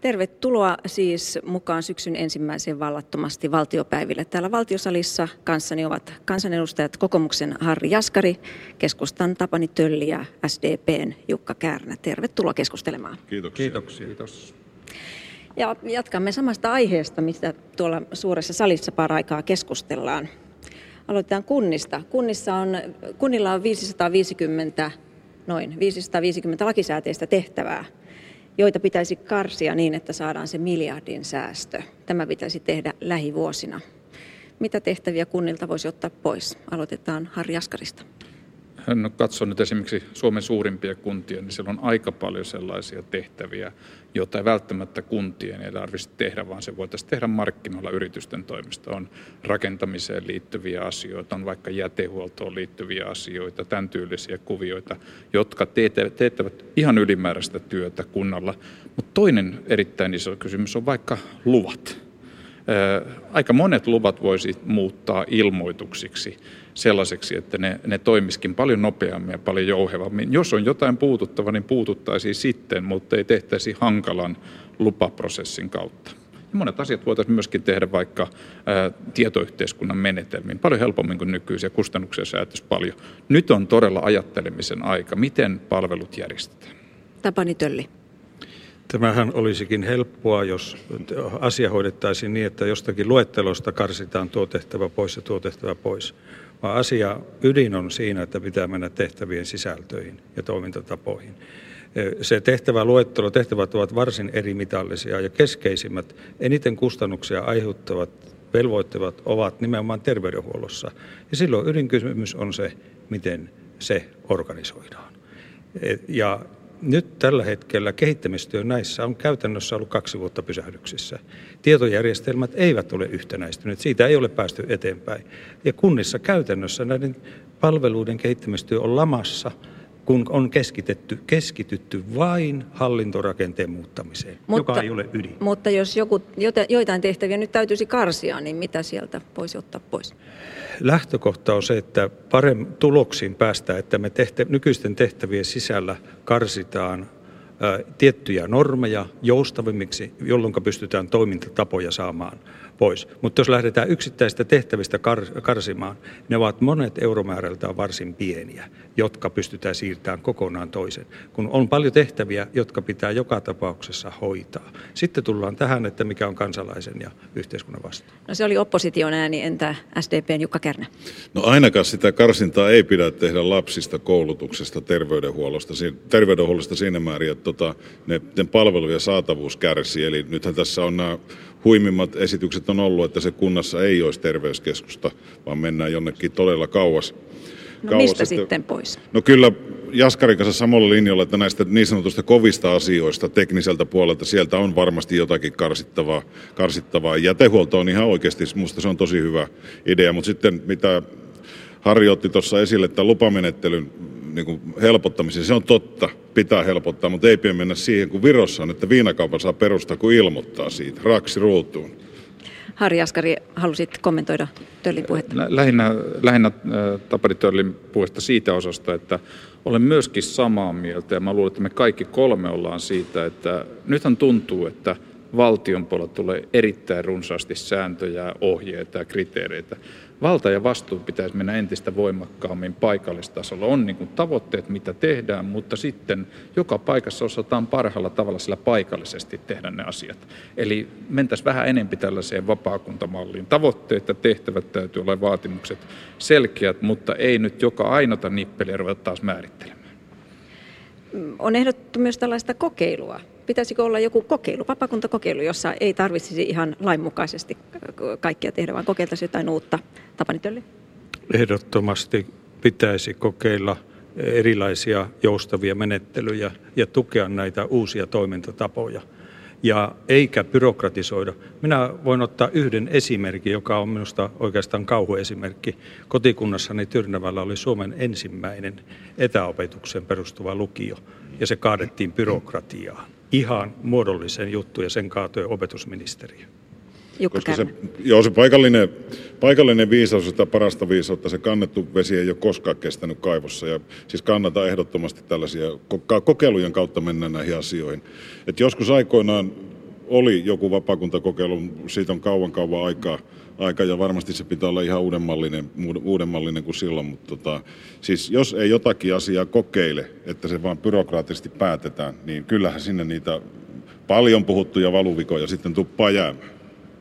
Tervetuloa siis mukaan syksyn ensimmäiseen vallattomasti valtiopäiville. Täällä valtiosalissa kanssani ovat kansanedustajat kokoomuksen Harri Jaskari, keskustan Tapani Tölli ja SDPn Jukka Kärnä. Tervetuloa keskustelemaan. Kiitoksia. Kiitos. Ja jatkamme samasta aiheesta, mistä tuolla suuressa salissa paraikaa keskustellaan. Aloitetaan kunnista. Kunnilla on noin 550 lakisääteistä tehtävää, joita pitäisi karsia niin, että saadaan se miljardin säästö. Tämä pitäisi tehdä lähivuosina. Mitä tehtäviä kunnilta voisi ottaa pois? Aloitetaan Harri Jaskarista. No, katson nyt esimerkiksi Suomen suurimpia kuntia, niin siellä on aika paljon sellaisia tehtäviä, joita ei välttämättä kuntien ei tarvitse tehdä, vaan se voitaisiin tehdä markkinoilla yritysten toimesta. On rakentamiseen liittyviä asioita, on vaikka jätehuoltoon liittyviä asioita, tämän tyylisiä kuvioita, jotka teettävät ihan ylimääräistä työtä kunnalla. Mutta toinen erittäin iso kysymys on vaikka luvat. Aika monet luvat voisi muuttaa ilmoituksiksi sellaiseksi, että ne toimisikin paljon nopeammin ja paljon jouhevammin. Jos on jotain puututtava, niin puututtaisiin sitten, mutta ei tehtäisi hankalan lupaprosessin kautta. Ja monet asiat voitaisiin myöskin tehdä vaikka tietoyhteiskunnan menetelmiin paljon helpommin kuin nykyisiä, kustannuksia säätyisi paljon. Nyt on todella ajattelemisen aika, miten palvelut järjestetään. Tapani Tölli. Tämähän olisikin helppoa, jos asia hoidettaisiin niin, että jostakin luettelosta karsitaan tuo tehtävä pois ja tuo tehtävä pois. Vaan asia ydin on siinä, että pitää mennä tehtävien sisältöihin ja toimintatapoihin. Se tehtävät ovat varsin erimitallisia ja keskeisimmät, eniten kustannuksia aiheuttavat velvoittavat ovat nimenomaan terveydenhuollossa. Ja silloin ydinkysymys on se, miten se organisoidaan. Ja nyt tällä hetkellä kehittämistyö näissä on käytännössä ollut 2 vuotta pysähdyksissä. Tietojärjestelmät eivät ole yhtenäistyneet, siitä ei ole päästy eteenpäin. Ja kunnissa käytännössä näiden palveluiden kehittämistyö on lamassa, kun on keskitytty vain hallintorakenteen muuttamiseen, joka ei ole ydin. Mutta jos joitain tehtäviä nyt täytyisi karsia, niin mitä sieltä voisi ottaa pois? Lähtökohta on se, että tuloksiin päästään, että me nykyisten tehtävien sisällä karsitaan tiettyjä normeja joustavimmiksi, jolloin pystytään toimintatapoja saamaan pois. Mutta jos lähdetään yksittäisistä tehtävistä karsimaan, ne ovat monet euromäärältään varsin pieniä, jotka pystytään siirtämään kokonaan toisen. Kun on paljon tehtäviä, jotka pitää joka tapauksessa hoitaa. Sitten tullaan tähän, että mikä on kansalaisen ja yhteiskunnan vastuu. No se oli opposition ääni, entä SDPn Jukka Kärnä? No ainakaan sitä karsintaa ei pidä tehdä lapsista, koulutuksesta, terveydenhuollosta siinä määrin, että ne palvelujen saatavuus kärsii. Eli nythän tässä on nämä huimimmat esitykset on ollut, että se kunnassa ei olisi terveyskeskusta, vaan mennään jonnekin todella kauas. No mistä sitten pois? No kyllä Jaskarin kanssa samalla linjalla, että näistä niin sanotusta kovista asioista tekniseltä puolelta sieltä on varmasti jotakin karsittavaa. Jätehuolto on ihan oikeasti, musta se on tosi hyvä idea, mutta sitten mitä Harri otti tuossa esille, tämän lupamenettelyn niin helpottamisen, se on totta, pitää helpottaa, mutta ei pidä mennä siihen, kun Virossa on, että viinakaupan saa perustaa, kun ilmoittaa siitä, raksi ruutuun. Harri Jaskari, halusit kommentoida Töllin puhetta? Lähinnä Tapani Töllin puheesta siitä osasta, että olen myöskin samaa mieltä ja mä luulen, että me kaikki 3 ollaan siitä, että nythän tuntuu, että valtion puolella tulee erittäin runsaasti sääntöjä, ohjeita ja kriteereitä. Valta ja vastuu pitäisi mennä entistä voimakkaammin paikallistasolla. On niin kuin tavoitteet, mitä tehdään, mutta sitten joka paikassa osataan parhaalla tavalla sillä paikallisesti tehdä ne asiat. Eli mentäisiin vähän enemmän tällaiseen vapaakuntamalliin. Tavoitteet ja tehtävät täytyy olla vaatimukset selkeät, mutta ei nyt joka ainota nippeliä ruveta taas määrittelemään. On ehdotettu myös tällaista kokeilua. Pitäisikö olla joku kokeilu, vapaakuntakokeilu, jossa ei tarvitsisi ihan lainmukaisesti kaikkia tehdä, vaan kokeiltaisiin jotain uutta? Tapani Tölli? Ehdottomasti pitäisi kokeilla erilaisia joustavia menettelyjä ja tukea näitä uusia toimintatapoja. Ja eikä byrokratisoida. Minä voin ottaa yhden esimerkin, joka on minusta oikeastaan kauhuesimerkki. Kotikunnassani Tyrnävällä oli Suomen ensimmäinen etäopetukseen perustuva lukio, ja se kaadettiin byrokratiaan. Ihan muodollisen juttu, ja sen kaatoi opetusministeriö. Koska se paikallinen viisaus, sitä parasta viisautta, se kannettu vesi ei ole koskaan kestänyt kaivossa. Ja siis kannattaa ehdottomasti tällaisia kokeilujen kautta mennä näihin asioihin. Et joskus aikoinaan oli joku vapaakuntakokeilu, siitä on kauan aikaa ja varmasti se pitää olla ihan uudenmallinen kuin silloin, mutta siis jos ei jotakin asiaa kokeile, että se vaan byrokraattisesti päätetään, niin kyllähän sinne niitä paljon puhuttuja valuvikoja sitten tuppaa jäämään.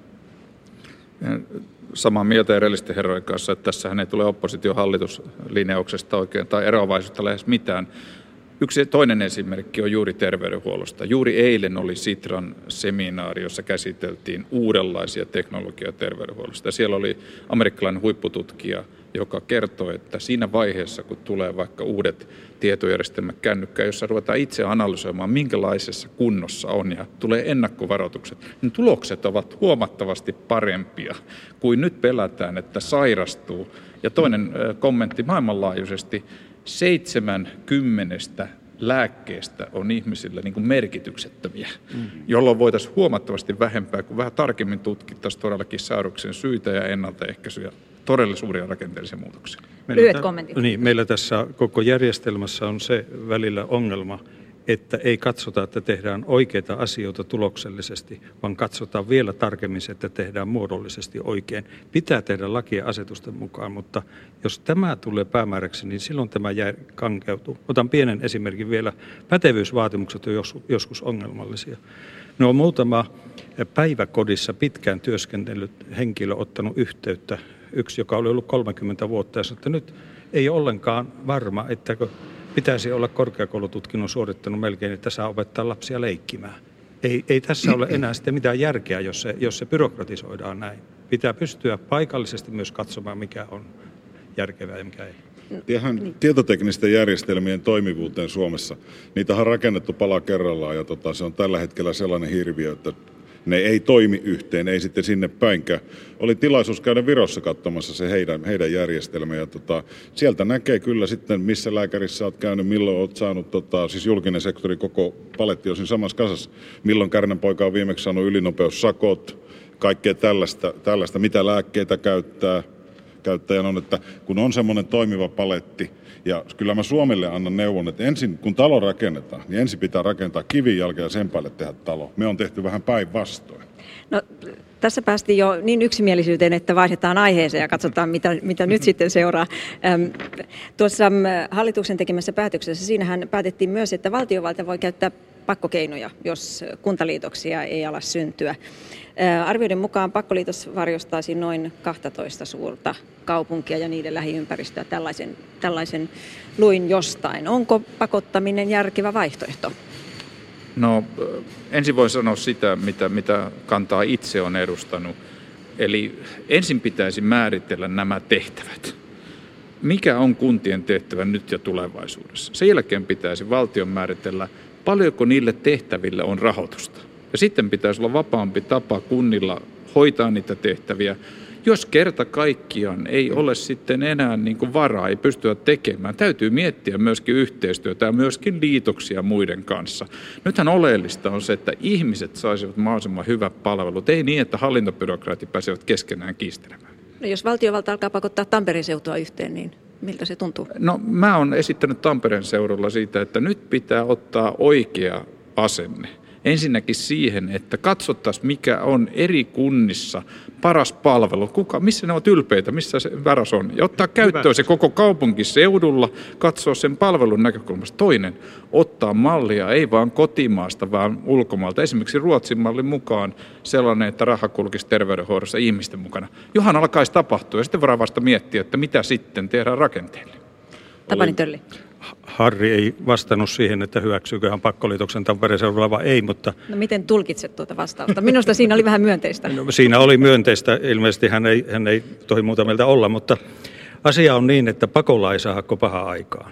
Samaa mieltä edellisten herrojen kanssa, että tässähän ei tule oppositio-hallituslinjauksesta oikein tai eroavaisuutta lähes mitään. Yksi toinen esimerkki on juuri terveydenhuollosta. Juuri eilen oli Sitran seminaari, jossa käsiteltiin uudenlaisia teknologioita terveydenhuollosta. Ja siellä oli amerikkalainen huippututkija, joka kertoi, että siinä vaiheessa, kun tulee vaikka uudet tietojärjestelmät kännykkään, jossa ruvetaan itse analysoimaan, minkälaisessa kunnossa on ja tulee ennakkovaroitukset, niin tulokset ovat huomattavasti parempia kuin nyt pelätään, että sairastuu. Ja toinen kommentti maailmanlaajuisesti, 70 lääkkeestä on ihmisillä niin kuin merkityksettömiä, jolloin voitaisiin huomattavasti vähempää, kun vähän tarkemmin tutkittaisiin todellakin sairauksen syitä ja ennaltaehkäisyjä, todella suuria rakenteellisia muutoksia. Lyhyet kommentit. Niin, meillä tässä koko järjestelmässä on se välillä ongelma, että ei katsota, että tehdään oikeita asioita tuloksellisesti, vaan katsotaan vielä tarkemmin, että tehdään muodollisesti oikein. Pitää tehdä lakia asetusten mukaan, mutta jos tämä tulee päämääräksi, niin silloin tämä kankeutuu. Otan pienen esimerkin vielä. Pätevyysvaatimukset on joskus ongelmallisia. Ne on muutama päiväkodissa pitkään työskennellyt henkilö ottanut yhteyttä. Yksi, joka oli ollut 30 vuotta ja sanoi, että nyt ei ole ollenkaan varma, että pitäisi olla korkeakoulututkinnon suorittanut melkein, että saa opettaa lapsia leikkimään. Ei tässä ole enää sitten mitään järkeä, jos se byrokratisoidaan näin. Pitää pystyä paikallisesti myös katsomaan, mikä on järkevää ja mikä ei. Tietoteknisten järjestelmien toimivuuteen Suomessa, niitä on rakennettu pala kerrallaan ja se on tällä hetkellä sellainen hirviö, että ne ei toimi yhteen, ei sitten sinne päinkään. Oli tilaisuus käydä Virossa katsomassa se heidän järjestelmä ja sieltä näkee kyllä sitten, missä lääkärissä olet käynyt, milloin olet saanut, siis julkinen sektori, koko paletti on siinä samassa kasassa, milloin Kärnänpoika on viimeksi saanut ylinopeussakot, kaikkea tällaista, mitä lääkkeitä käyttäjän on, että kun on semmoinen toimiva paletti, ja kyllä mä Suomelle annan neuvon, että ensin kun talo rakennetaan, niin ensin pitää rakentaa kivijalka ja sen päälle tehdä talo. Me on tehty vähän päinvastoin. No, tässä päästiin jo niin yksimielisyyteen, että vaihdetaan aiheeseen ja katsotaan, mitä nyt sitten seuraa. Tuossa hallituksen tekemässä päätöksessä, siinähän päätettiin myös, että valtiovalta voi käyttää pakkokeinoja, jos kuntaliitoksia ei ala syntyä. Arvioiden mukaan pakkoliitos varjostaisi noin 12 suurta kaupunkia ja niiden lähiympäristöä. Tällaisen luin jostain. Onko pakottaminen järkevä vaihtoehto? No, ensin voin sanoa sitä, mitä kantaa itse on edustanut. Eli ensin pitäisi määritellä nämä tehtävät. Mikä on kuntien tehtävä nyt ja tulevaisuudessa? Sen jälkeen pitäisi valtion määritellä, paljonko niille tehtäville on rahoitusta. Ja sitten pitäisi olla vapaampi tapa kunnilla hoitaa niitä tehtäviä, jos kerta kaikkiaan ei ole sitten enää niin kuin varaa, ei pystyä tekemään. Täytyy miettiä myöskin yhteistyötä ja myöskin liitoksia muiden kanssa. Nythän oleellista on se, että ihmiset saisivat mahdollisimman hyvät palvelut. Ei niin, että hallintobyrokraatit pääsevät keskenään kiistelemään. No, jos valtiovalta alkaa pakottaa Tampereen seutua yhteen, niin miltä se tuntuu? No, mä oon esittänyt Tampereen seudulla siitä, että nyt pitää ottaa oikea asenne. Ensinnäkin siihen, että katsottaisiin, mikä on eri kunnissa paras palvelu, missä ne ovat ylpeitä, missä se varas on. Ja ottaa käyttöön se koko kaupunkiseudulla, katsoa sen palvelun näkökulmasta. Toinen, ottaa mallia ei vaan kotimaasta, vaan ulkomaalta. Esimerkiksi Ruotsin mallin mukaan sellainen, että raha kulkisi terveydenhoidossa ihmisten mukana. Johan alkaisi tapahtua ja sitten voidaan vasta miettiä, että mitä sitten tehdään rakenteelle. Tapani Tölli. Harri ei vastannut siihen, että hyväksyykö hän pakkoliitoksen Tampereen seudulla vai ei, mutta... No miten tulkitset tuota vastausta? Minusta siinä oli vähän myönteistä. No, siinä oli myönteistä. Ilmeisesti hän ei tohi muuta mieltä olla, mutta asia on niin, että pakolla ei saa pahaa aikaan.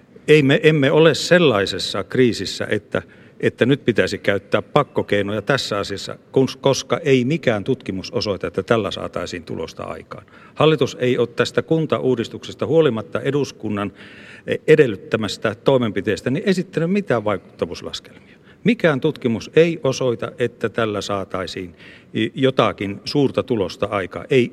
Emme ole sellaisessa kriisissä, että nyt pitäisi käyttää pakkokeinoja tässä asiassa, koska ei mikään tutkimus osoita, että tällä saataisiin tulosta aikaan. Hallitus ei ole tästä kuntauudistuksesta huolimatta eduskunnan edellyttämästä toimenpiteestä niin esittänyt mitään vaikuttavuuslaskelmia. Mikään tutkimus ei osoita, että tällä saataisiin jotakin suurta tulosta aikaan. Ei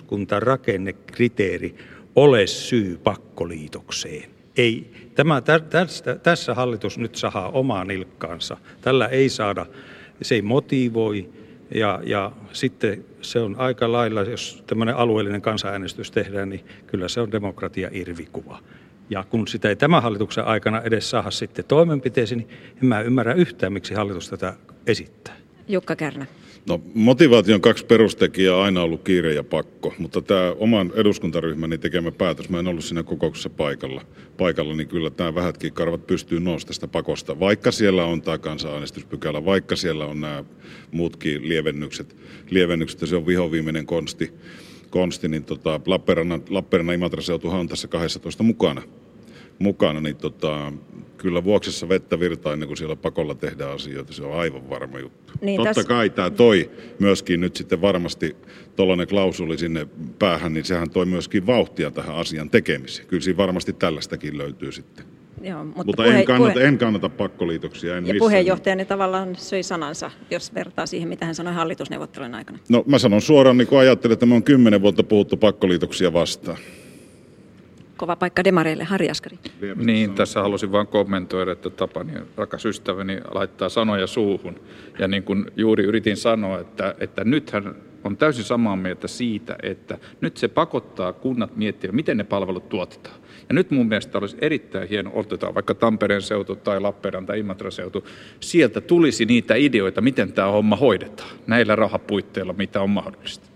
yhdyskuntarakennekriteeri ole syy pakkoliitokseen. Ei. Tässä hallitus nyt sahaa omaa nilkkaansa. Tällä ei saada Se ei motivoi ja sitten se on aika lailla, jos tämmöinen alueellinen kansanäänestys tehdään, niin kyllä se on demokratia-irvikuva. Ja kun sitä ei tämän hallituksen aikana edes saada sitten toimenpiteisiin, niin en mä ymmärrä yhtään, miksi hallitus tätä esittää. Jukka Kärnä. No, motivaation 2 perustekijää on aina ollut kiire ja pakko, mutta tämä oman eduskuntaryhmäni tekemä päätös, mä en ollut siinä kokouksessa paikalla, niin kyllä tämä vähätkin karvat pystyy nousta tästä pakosta, vaikka siellä on tämä kansanäänestyspykälä, vaikka siellä on nämä muutkin lievennykset ja se on vihoviimeinen konsti niin Lappeenrannan Imatra-seutuhan on tässä 12 mukana niin kyllä Vuoksessa vettä virtaa ennen kuin siellä pakolla tehdään asioita, se on aivan varma juttu. Niin, Totta kai tämä toi myöskin nyt sitten varmasti tuollainen klausuli sinne päähän, niin sehän toi myöskin vauhtia tähän asian tekemiseen. Kyllä siinä varmasti tällaistakin löytyy sitten. Joo, mutta en kannata pakkoliitoksia. Ja puheenjohtajani tavallaan söi sanansa, jos vertaa siihen, mitä hän sanoi hallitusneuvottelujen aikana. No mä sanon suoraan, niin kun ajattelin, että me on 10 vuotta puhuttu pakkoliitoksia vastaan. Kova paikka demareille, Harri Jaskari. Niin, tässä halusin vain kommentoida, että Tapani, rakas ystäväni, laittaa sanoja suuhun. Ja niin kuin juuri yritin sanoa, että nythän on täysin samaa mieltä siitä, että nyt se pakottaa kunnat miettimään, miten ne palvelut tuotetaan. Ja nyt mun mielestä olisi erittäin hieno, otetaan vaikka Tampereen seutu tai Lappeenrannan tai Imatran seutu, sieltä tulisi niitä ideoita, miten tämä homma hoidetaan näillä rahapuitteilla, mitä on mahdollista.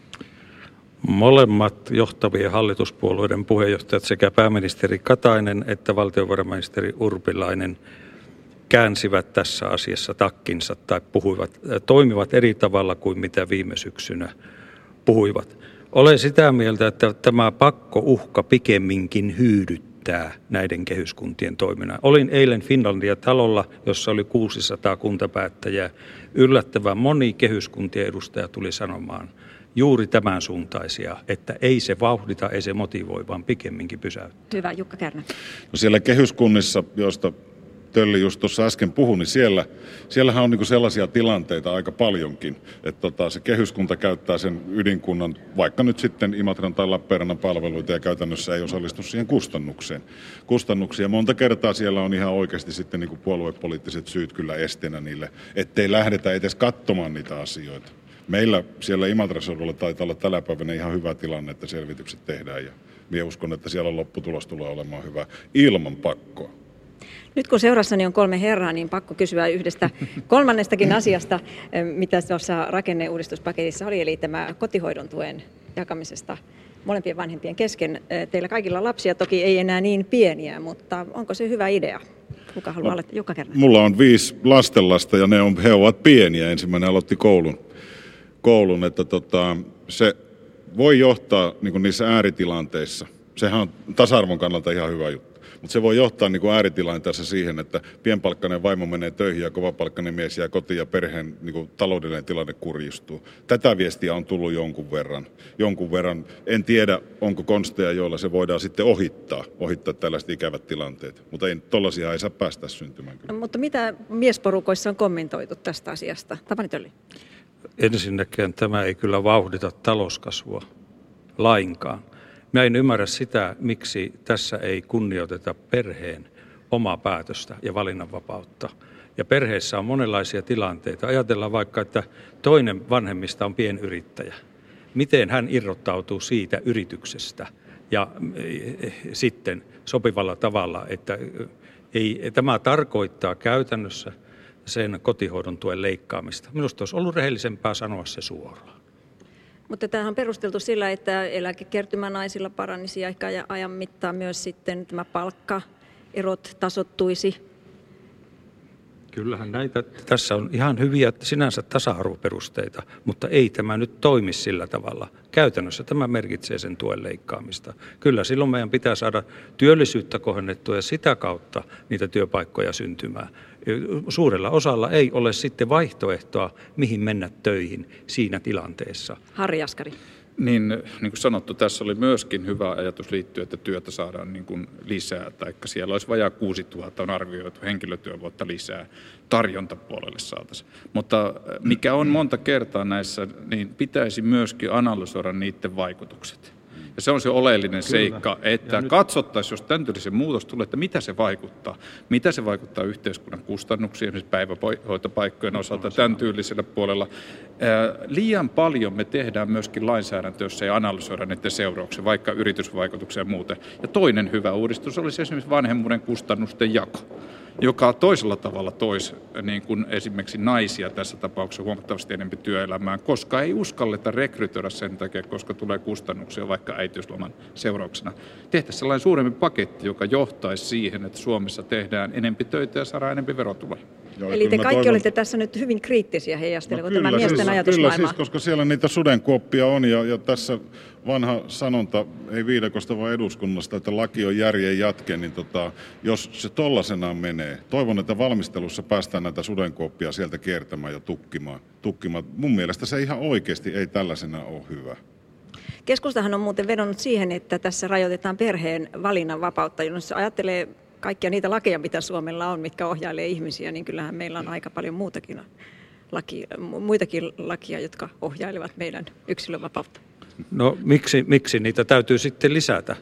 Molemmat johtavien hallituspuolueiden puheenjohtajat sekä pääministeri Katainen että valtiovarainministeri Urpilainen käänsivät tässä asiassa takkinsa tai toimivat eri tavalla kuin mitä viime syksynä puhuivat. Olen sitä mieltä, että tämä pakkouhka pikemminkin hyydyttää näiden kehyskuntien toiminnan. Olin eilen Finlandia-talolla, jossa oli 600 kuntapäättäjää. Yllättävän moni kehyskuntien edustaja tuli sanomaan juuri tämän suuntaisia, että ei se vauhdita, ei se motivoi, vaan pikemminkin pysäyttää. Hyvä, Jukka Kärnä. No siellä kehyskunnissa, joista Tölli just tuossa äsken puhui, niin siellähän on niinku sellaisia tilanteita aika paljonkin, että se kehyskunta käyttää sen ydinkunnan, vaikka nyt sitten Imatran tai Lappeenrannan palveluita ja käytännössä ei osallistu siihen kustannuksia. Monta kertaa siellä on ihan oikeasti sitten niinku puoluepoliittiset syyt kyllä esteenä niille, ettei lähdetä edes katsomaan niitä asioita. Meillä siellä Imatra-seudulla taitaa olla tällä päivänä ihan hyvä tilanne, että selvitykset tehdään ja minä uskon, että siellä lopputulos tulee olemaan hyvä ilman pakkoa. Nyt kun seurassani on 3 herraa, niin pakko kysyä yhdestä kolmannestakin asiasta, mitä tuossa rakenneuudistuspaketissa oli, eli tämä kotihoidon tuen jakamisesta molempien vanhempien kesken. Teillä kaikilla lapsia toki ei enää niin pieniä, mutta onko se hyvä idea? Kuka haluaa aloittaa? Jukka Kärnä. Mulla on 5 lastenlasta ja he ovat pieniä. Ensimmäinen aloitti koulun että se voi johtaa niin kuin niissä ääritilanteissa. Sehän on tasa-arvon kannalta ihan hyvä juttu. Mutta se voi johtaa niin kuin ääritilanteessa siihen, että pienpalkkainen vaimo menee töihin ja kovapalkkainen mies jää kotiin ja perheen niin kuin taloudellinen tilanne kurjistuu. Tätä viestiä on tullut jonkun verran. En tiedä, onko konsteja, joilla se voidaan sitten ohittaa tällaiset ikävät tilanteet. Mutta tollaisia ei saa päästä syntymään. Kyllä. Mutta mitä miesporukoissa on kommentoitu tästä asiasta? Tapani Tölli. Ensinnäkään tämä ei kyllä vauhdita talouskasvua lainkaan. Mä en ymmärrä sitä, miksi tässä ei kunnioiteta perheen omaa päätöstä ja valinnanvapautta. Ja perheessä on monenlaisia tilanteita. Ajatellaan vaikka, että toinen vanhemmista on pienyrittäjä. Miten hän irrottautuu siitä yrityksestä ja sitten sopivalla tavalla, että tämä tarkoittaa käytännössä sen kotihoidon tuen leikkaamista. Minusta olisi ollut rehellisempää sanoa se suoraan. Mutta tämähän on perusteltu sillä, että eläkekertymä naisilla paranisi ja ehkä ajan mittaan myös sitten tämä palkkaerot tasoittuisi. Kyllähän näitä, tässä on ihan hyviä sinänsä tasa-arvoperusteita, mutta ei tämä nyt toimi sillä tavalla. Käytännössä tämä merkitsee sen tuen leikkaamista. Kyllä silloin meidän pitää saada työllisyyttä kohennettua ja sitä kautta niitä työpaikkoja syntymään. Suurella osalla ei ole sitten vaihtoehtoa, mihin mennä töihin siinä tilanteessa. Harri Jaskari. Niin kuin sanottu, tässä oli myöskin hyvä ajatus liittyen, että työtä saadaan niin kuin lisää, taikka siellä olisi vajaa 6000 on arvioitu henkilötyövuotta lisää tarjontapuolelle saataisiin. Mutta mikä on monta kertaa näissä, niin pitäisi myöskin analysoida niiden vaikutukset. Ja se on se oleellinen seikka, että katsottaisiin, jos tämän tyylisen muutos tulee, että mitä se vaikuttaa. Mitä se vaikuttaa yhteiskunnan kustannuksiin, esimerkiksi päivähoitopaikkojen osalta, tämän tyylisellä puolella. Liian paljon me tehdään myöskin lainsäädäntöä, jossa ei analysoida niiden seurauksia, vaikka yritysvaikutuksia ja muuten. Ja toinen hyvä uudistus olisi esimerkiksi vanhemmuuden kustannusten jako, joka toisella tavalla toisi niin kuin esimerkiksi naisia tässä tapauksessa huomattavasti enemmän työelämään, koska ei uskalleta rekrytoida sen takia, koska tulee kustannuksia vaikka äitiysloman seurauksena. Tehtäisiin sellainen suurempi paketti, joka johtaisi siihen, että Suomessa tehdään enemmän töitä ja saadaan enemmän verotuloja. Eli te kaikki olette tässä nyt hyvin kriittisiä heijastelemaan tämä miesten ajatusmaailma. Kyllä siis, koska siellä niitä sudenkuoppia on ja tässä vanha sanonta, ei viidakosta vaan eduskunnasta, että laki on järjen jatke, niin jos se tollasenaan menee, toivon, että valmistelussa päästään näitä sudenkuoppia sieltä kiertämään ja tukkimaan. Mun mielestä se ihan oikeasti ei tällaisena ole hyvä. Keskustahan on muuten vedonnut siihen, että tässä rajoitetaan perheen valinnanvapautta. Jos ajattelee kaikkia niitä lakeja, mitä Suomella on, mitkä ohjailee ihmisiä, niin kyllähän meillä on aika paljon muitakin lakia, jotka ohjailevat meidän yksilönvapautta. No miksi niitä täytyy sitten lisätä?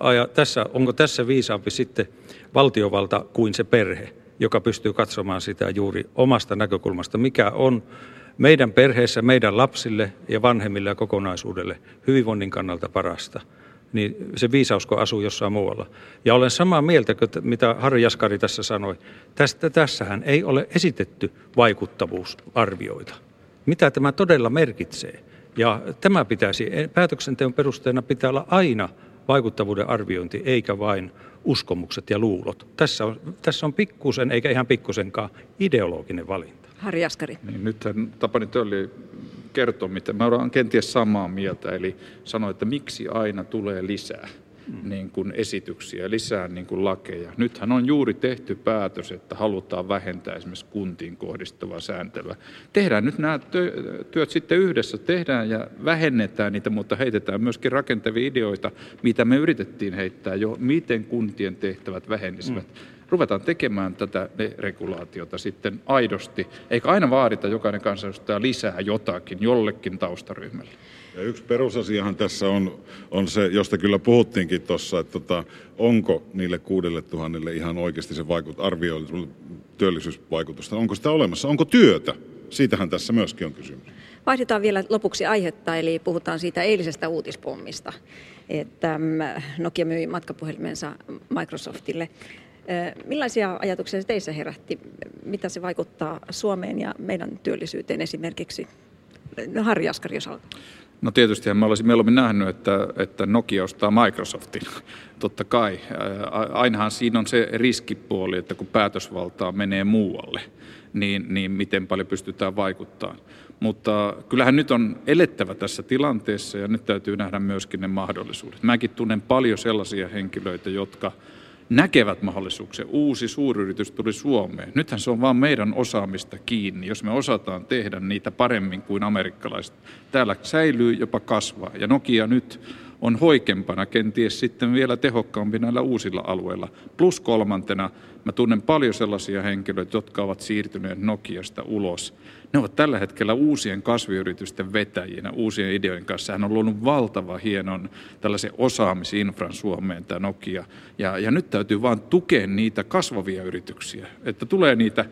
Onko tässä viisaampi sitten valtiovalta kuin se perhe, joka pystyy katsomaan sitä juuri omasta näkökulmasta, mikä on meidän perheessä, meidän lapsille ja vanhemmille ja kokonaisuudelle hyvinvoinnin kannalta parasta. Niin se viisausko asuu jossain muualla. Ja olen samaa mieltä, mitä Harri Jaskari tässä sanoi. Tässähän ei ole esitetty vaikuttavuusarvioita. Mitä tämä todella merkitsee? Ja tämä päätöksenteon perusteena pitää olla aina vaikuttavuuden arviointi, eikä vain uskomukset ja luulot. Tässä on pikkusen, eikä ihan pikkusenkaan, ideologinen valinta. Harri Jaskari. Niin, nythän Tapani Tölli kertoo, mitä mä olen kenties samaa mieltä, eli sanoi, että miksi aina tulee lisää niin kuin esityksiä, lisää niin kuin lakeja. Nythän on juuri tehty päätös, että halutaan vähentää esimerkiksi kuntiin kohdistuvaa sääntelyä. Tehdään nyt nämä työt sitten yhdessä, tehdään ja vähennetään niitä, mutta heitetään myöskin rakentavia ideoita, mitä me yritettiin heittää jo, miten kuntien tehtävät vähenisivät. Ruvetaan tekemään tätä regulaatiota sitten aidosti, eikä aina vaadita jokainen kansanedustaja lisää jotakin jollekin taustaryhmälle. Ja yksi perusasiahan tässä on se, josta kyllä puhuttiinkin tuossa, että onko niille 6 000 ihan oikeasti se arvioitu työllisyysvaikutusta, onko sitä olemassa, onko työtä? Siitähän tässä myöskin on kysymys. Vaihdetaan vielä lopuksi aihetta, eli puhutaan siitä eilisestä uutispommista, että Nokia myi matkapuhelimensa Microsoftille. Millaisia ajatuksia se teissä herätti? Mitä se vaikuttaa Suomeen ja meidän työllisyyteen esimerkiksi? Harri Jaskari, jos aloittaa. No tietysti mä olisin mieluummin nähnyt, että Nokia ostaa Microsoftin. Totta kai. Ainahan siinä on se riskipuoli, että kun päätösvaltaa menee muualle, niin miten paljon pystytään vaikuttamaan. Mutta kyllähän nyt on elettävä tässä tilanteessa ja nyt täytyy nähdä myöskin ne mahdollisuudet. Mäkin tunnen paljon sellaisia henkilöitä, jotka näkevät mahdollisuuksia. Uusi suuryritys tuli Suomeen. Nythän se on vaan meidän osaamista kiinni, jos me osataan tehdä niitä paremmin kuin amerikkalaiset. Täällä säilyy, jopa kasvaa. Ja Nokia nyt on hoikempana, kenties sitten vielä tehokkaampi näillä uusilla alueilla. Plus kolmantena, mä tunnen paljon sellaisia henkilöitä, jotka ovat siirtyneet Nokiasta ulos. Ne ovat tällä hetkellä uusien kasvuyritysten vetäjinä, uusien ideoiden kanssa. Hän on luonut valtavan hienon tällaisen osaamisinfran Suomeen, tämä Nokia. Ja nyt täytyy vaan tukea niitä kasvavia yrityksiä, että tulee niitä.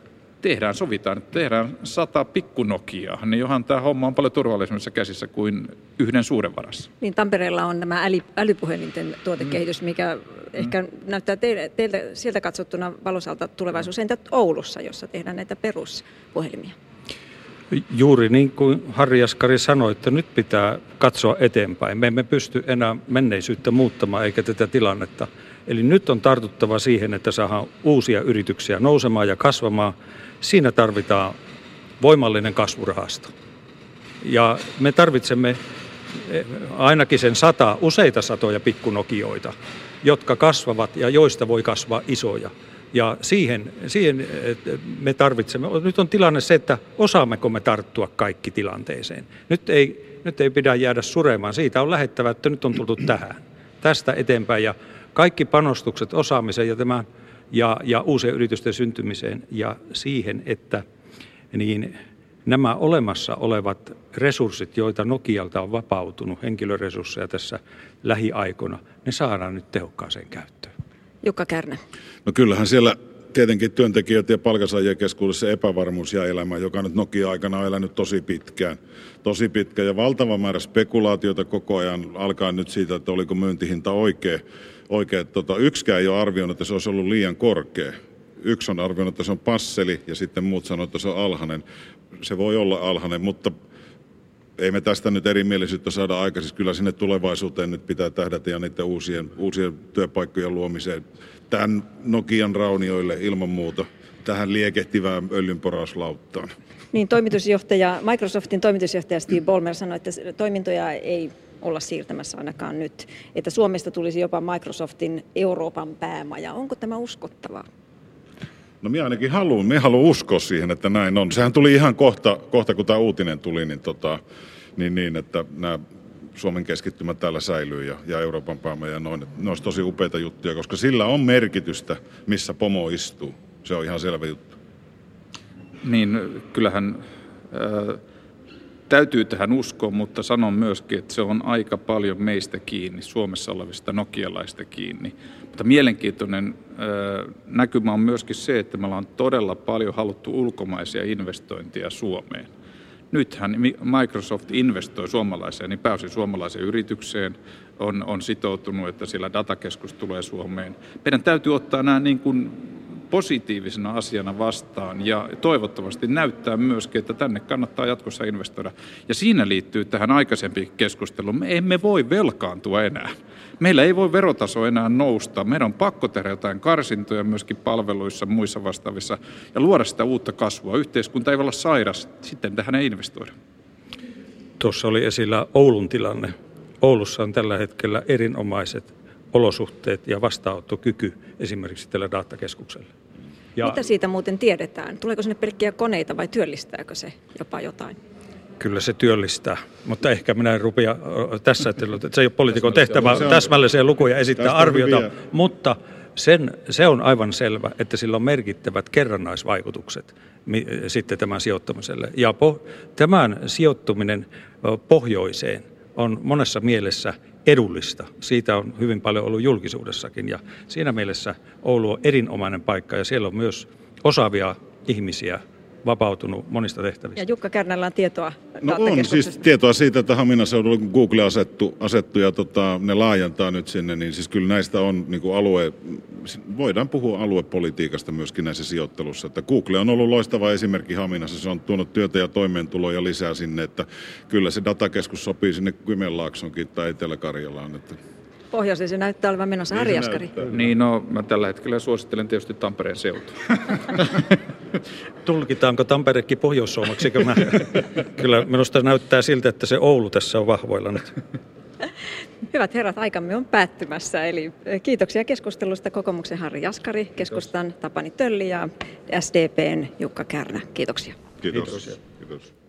Sovitaan, että tehdään 100 pikkunokiaa, niin johan tämä homma on paljon turvallisemmissa käsissä kuin yhden suuren varassa. Niin Tampereella on nämä älypuhelinten tuotekehitys, mikä ehkä näyttää teiltä sieltä katsottuna valoisalta tulevaisuus. Entä Oulussa, jossa tehdään näitä peruspuhelimia? Juuri niin kuin Harri Jaskari sanoi, että nyt pitää katsoa eteenpäin. Me emme pysty enää menneisyyttä muuttamaan eikä tätä tilannetta. Eli nyt on tartuttava siihen, että saadaan uusia yrityksiä nousemaan ja kasvamaan. Siinä tarvitaan voimallinen kasvurahasto. Ja me tarvitsemme ainakin useita satoja pikkunokioita, jotka kasvavat ja joista voi kasvaa isoja. Ja siihen me tarvitsemme. Nyt on tilanne se, että osaammeko me tarttua kaikki tilanteeseen. Nyt ei pidä jäädä suremaan. Siitä on lähettävä, että nyt on tultu tästä eteenpäin. Ja kaikki panostukset osaamiseen ja uusien yritysten syntymiseen ja siihen, että niin nämä olemassa olevat resurssit, joita Nokialta on vapautunut, henkilöresursseja tässä lähiaikoina, ne saadaan nyt tehokkaaseen käyttöön. Jukka Kärnä. No kyllähän siellä tietenkin työntekijöiden ja palkansaajien keskuudessa epävarmuus ja elämä, joka nyt Nokia-aikana on elänyt tosi pitkään ja valtava määrä spekulaatiota koko ajan alkaa nyt siitä, että oliko myyntihinta oikea. Yksikään ei ole arvioinut, että se olisi ollut liian korkea. Yksi on arvioinut, että se on passeli ja sitten muut sanoo, että se on alhainen. Se voi olla alhainen, mutta ei me tästä nyt erimielisyyttä saada aikaiseksi. Kyllä sinne tulevaisuuteen nyt pitää tähdätä ja niiden uusien työpaikkojen luomiseen. Tämän Nokian raunioille ilman muuta, tähän liekehtivään öljynporauslauttaan. Niin, Microsoftin toimitusjohtaja Steve Ballmer sanoi, että toimintoja ei olla siirtämässä ainakaan nyt. Että Suomesta tulisi jopa Microsoftin Euroopan päämaja. Onko tämä uskottavaa? No minä ainakin haluan uskoa siihen, että näin on. Sehän tuli ihan kohta kun tämä uutinen tuli, niin että nämä Suomen keskittymät täällä säilyy ja Euroopan päämaja ja noin. Ne olisi tosi upeita juttuja, koska sillä on merkitystä, missä pomo istuu. Se on ihan selvä juttu. Niin, kyllähän täytyy tähän uskoa, mutta sanon myöskin, että se on aika paljon meistä kiinni, Suomessa olevista nokialaista kiinni. Mutta mielenkiintoinen näkymä on myöskin se, että me ollaan todella paljon haluttu ulkomaisia investointeja Suomeen. Nythän Microsoft investoi suomalaiseen, niin pääosin suomalaiseen yritykseen, on sitoutunut, että siellä datakeskus tulee Suomeen. Meidän täytyy ottaa nämä niin kuin positiivisena asiana vastaan ja toivottavasti näyttää myöskin, että tänne kannattaa jatkossa investoida. Ja siinä liittyy tähän aikaisempiin keskusteluun. Me emme voi velkaantua enää. Meillä ei voi verotaso enää nousta. Meidän on pakko tehdä jotain karsintoja myöskin palveluissa, muissa vastaavissa ja luoda sitä uutta kasvua. Yhteiskunta ei voi olla sairas, sitten tähän ei investoida. Tuossa oli esillä Oulun tilanne. Oulussa on tällä hetkellä erinomaiset olosuhteet ja vastaanottokyky esimerkiksi tällä datakeskuksella. Mitä siitä muuten tiedetään? Tuleeko sinne pelkkiä koneita vai työllistääkö se jopa jotain? Kyllä se työllistää, mutta ehkä minä en rupea tässä, että se ei ole poliitikon tehtävä täsmällisiä lukuja esittää arviota, mutta se on aivan selvä, että sillä on merkittävät kerrannaisvaikutukset sitten tämän sijoittamiselle. Ja tämän sijoittuminen pohjoiseen on monessa mielessä edullista. Siitä on hyvin paljon ollut julkisuudessakin ja siinä mielessä Oulu on erinomainen paikka ja siellä on myös osaavia ihmisiä vapautunut monista tehtävistä. Ja Jukka Kärnällä on tietoa on siis tietoa siitä, että Haminan seudulla kun Google asettu ja ne laajentaa nyt sinne, niin siis kyllä näistä on niin kuin voidaan puhua aluepolitiikasta myöskin näissä sijoittelussa. Että Google on ollut loistava esimerkki Haminassa, se on tuonut työtä ja toimeentuloa lisää sinne, että kyllä se datakeskus sopii sinne Kymenlaaksonkin tai Etelä-Karjalaan. Että pohjoiseen se näyttää olevan menossa. Harri Jaskari. Niin, mä tällä hetkellä suosittelen tietysti Tampereen seutua. Tulkitaanko Tamperekin Pohjois-Suomaksi? Kyllä minusta näyttää siltä, että se Oulu tässä on vahvoilla nyt. Hyvät herrat, aikamme on päättymässä. Eli kiitoksia keskustelusta kokoomuksen Harri Jaskari, keskustan Tapani Tölli ja SDP:n Jukka Kärnä. Kiitoksia. Kiitos.